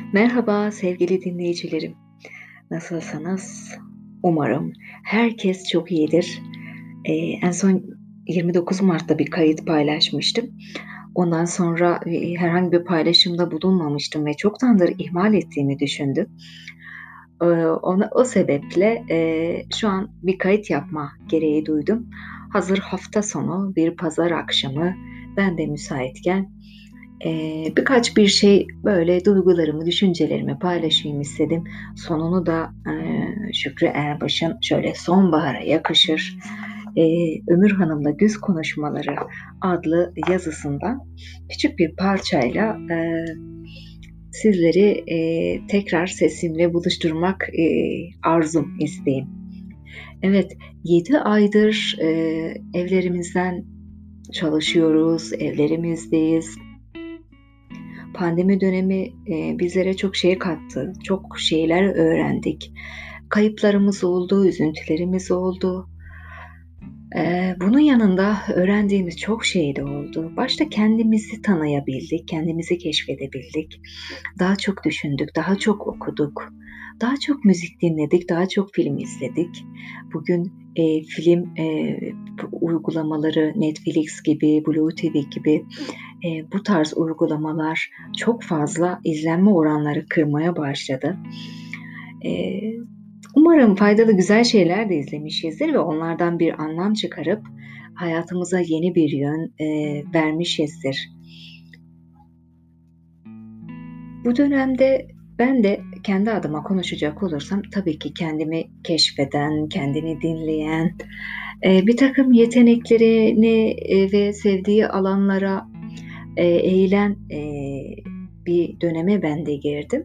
Merhaba sevgili dinleyicilerim. Nasılsınız? Umarım herkes çok iyidir. En son 29 Mart'ta bir kayıt paylaşmıştım. Ondan sonra, herhangi bir paylaşımda bulunmamıştım ve çoktandır ihmal ettiğimi düşündüm. O sebeple, şu an bir kayıt yapma gereği duydum. Hazır hafta sonu bir pazar akşamı ben de müsaitken, birkaç bir şey, böyle, duygularımı, düşüncelerimi paylaşayım istedim. Sonunu da, Şükrü Erbaş'ın şöyle sonbahara yakışır, Ömür Hanım'la Güz Konuşmaları adlı yazısından küçük bir parçayla, sizleri, tekrar sesimle buluşturmak, arzum, isteğim. Evet, 7 aydır, evlerimizden çalışıyoruz, evlerimizdeyiz. Pandemi dönemi, bizlere çok şey kattı, çok şeyler öğrendik. Kayıplarımız oldu, üzüntülerimiz oldu. Bunun yanında öğrendiğimiz çok şey de oldu. Başta kendimizi tanıyabildik, kendimizi keşfedebildik. Daha çok düşündük, daha çok okuduk, daha çok müzik dinledik, daha çok film izledik. Bugün, film, uygulamaları Netflix gibi, Blue TV gibi, bu tarz uygulamalar çok fazla izlenme oranları kırmaya başladı. Eee, Umarım faydalı güzel şeyler de izlemişizdir ve onlardan bir anlam çıkarıp hayatımıza yeni bir yön, vermişizdir. Bu dönemde ben de kendi adıma konuşacak olursam tabii ki kendimi keşfeden, kendini dinleyen, birtakım yeteneklerini, ve sevdiği alanlara, eğilen, bir döneme ben de girdim.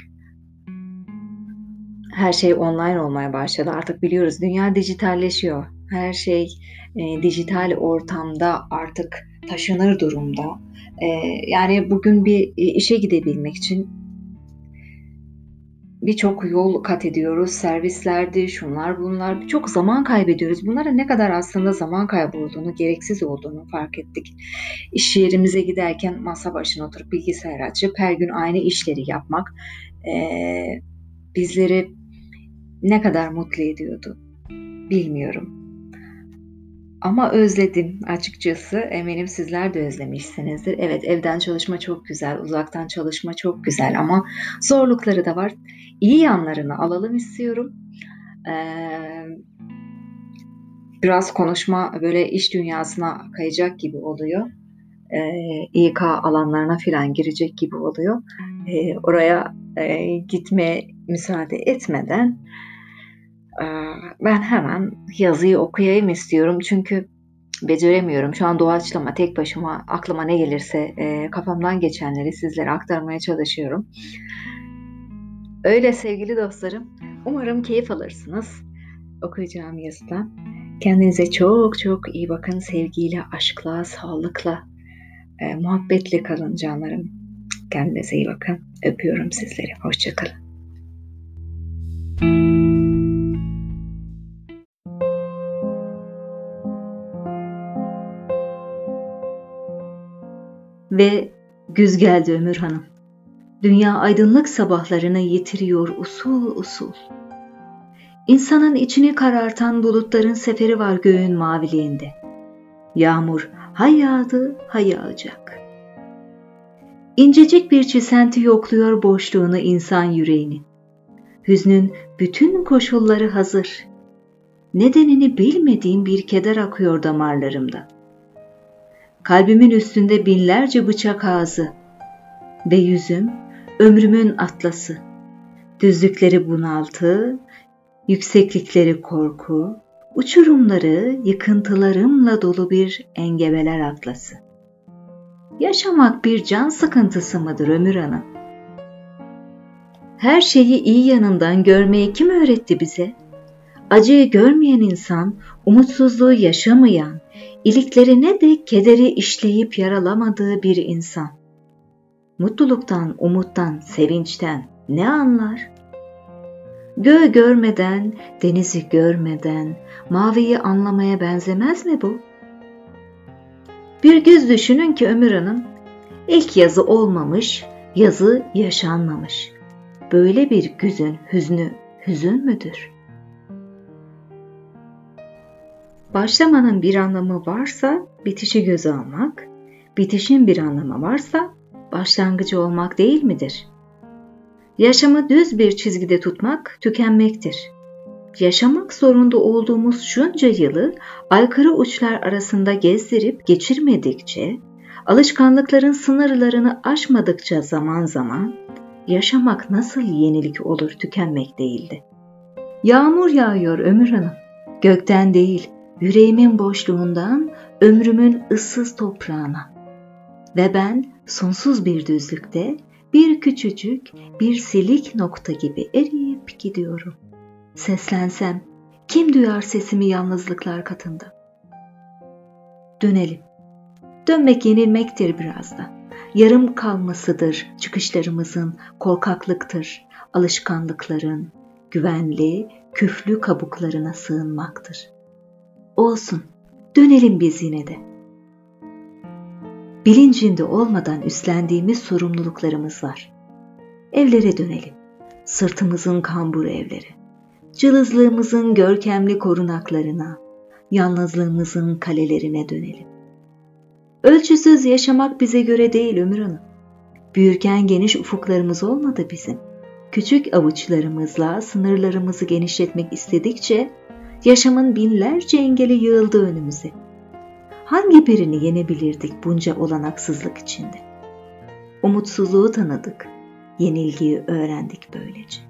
Her şey online olmaya başladı. Artık biliyoruz dünya dijitalleşiyor. Her şey, dijital ortamda artık taşınır durumda. Yani bugün bir, işe gidebilmek için birçok yol kat ediyoruz. Servislerdi, şunlar bunlar. Çok zaman kaybediyoruz. Bunların ne kadar aslında zaman kaybı olduğunu, gereksiz olduğunu fark ettik. İş yerimize giderken masa başına oturup bilgisayar açıp her gün aynı işleri yapmak, bizleri ne kadar mutlu ediyordu bilmiyorum. Ama özledim açıkçası. Eminim sizler de özlemişsinizdir. Evet, evden çalışma çok güzel, uzaktan çalışma çok güzel ama zorlukları da var. İyi yanlarını alalım istiyorum. Biraz konuşma böyle iş dünyasına kayacak gibi oluyor. İK alanlarına filan girecek gibi oluyor. Oraya, gitmeye müsaade etmeden, ben hemen yazıyı okuyayım istiyorum çünkü beceremiyorum. Şu an doğaçlama, tek başıma aklıma ne gelirse, kafamdan geçenleri sizlere aktarmaya çalışıyorum. Öyle sevgili dostlarım, umarım keyif alırsınız okuyacağım yazıdan. Kendinize çok çok iyi bakın. Sevgiyle, aşkla, sağlıkla, muhabbetle kalın canlarım. Kendinize iyi bakın. Öpüyorum sizleri. Hoşça kalın. Ve güz geldi Ömür Hanım. Dünya aydınlık sabahlarını yitiriyor usul usul. İnsanın içini karartan bulutların seferi var göğün maviliğinde. Yağmur ha yağdı ha yağacak. İncecik bir çisenti yokluyor boşluğunu insan yüreğini. Hüznün bütün koşulları hazır. Nedenini bilmediğim bir keder akıyor damarlarımda. Kalbimin üstünde binlerce bıçak ağzı ve yüzüm ömrümün atlası. Düzlükleri bunaltı, yükseklikleri korku, uçurumları yıkıntılarımla dolu bir engebeler atlası. Yaşamak bir can sıkıntısı mıdır Ömür Hanım? Her şeyi iyi yanından görmeyi kim öğretti bize? Acıyı görmeyen insan, umutsuzluğu yaşamayan, iliklerine de kederi işleyip yaralamadığı bir insan. Mutluluktan, umuttan, sevinçten ne anlar? Göğü görmeden, denizi görmeden, maviyi anlamaya benzemez mi bu? Bir güz düşünün ki Ömür Hanım, ilk yazı olmamış, yazı yaşanmamış. böyle bir güzün hüznü hüzün müdür? Başlamanın bir anlamı varsa bitişi göze almak, bitişin bir anlamı varsa başlangıcı olmak değil midir? Yaşamı düz bir çizgide tutmak tükenmektir. Yaşamak zorunda olduğumuz şunca yılı aykırı uçlar arasında gezdirip geçirmedikçe, alışkanlıkların sınırlarını aşmadıkça zaman zaman yaşamak nasıl yenilik olur tükenmek değildi. Yağmur yağıyor Ömür Hanım. Gökten değil, yüreğimin boşluğundan ömrümün ıssız toprağına. Ve ben sonsuz bir düzlükte bir küçücük, bir silik nokta gibi eriyip gidiyorum. Seslensem, kim duyar sesimi yalnızlıklar katında? Dönelim. Dönmek yenilmektir biraz da. Yarım kalmasıdır çıkışlarımızın, korkaklıktır, alışkanlıkların, güvenli, küflü kabuklarına sığınmaktır. Olsun, dönelim biz yine de. Bilincinde olmadan üstlendiğimiz sorumluluklarımız var. Evlere dönelim, sırtımızın kamburu evleri, cılızlığımızın görkemli korunaklarına, yalnızlığımızın kalelerine dönelim. Ölçüsüz yaşamak bize göre değil Ömür Hanım. Büyürken geniş ufuklarımız olmadı bizim. Küçük avuçlarımızla sınırlarımızı genişletmek istedikçe yaşamın binlerce engeli yığıldı önümüze. Hangi birini yenebilirdik bunca olanaksızlık içinde? Umutsuzluğu tanıdık, yenilgiyi öğrendik böylece.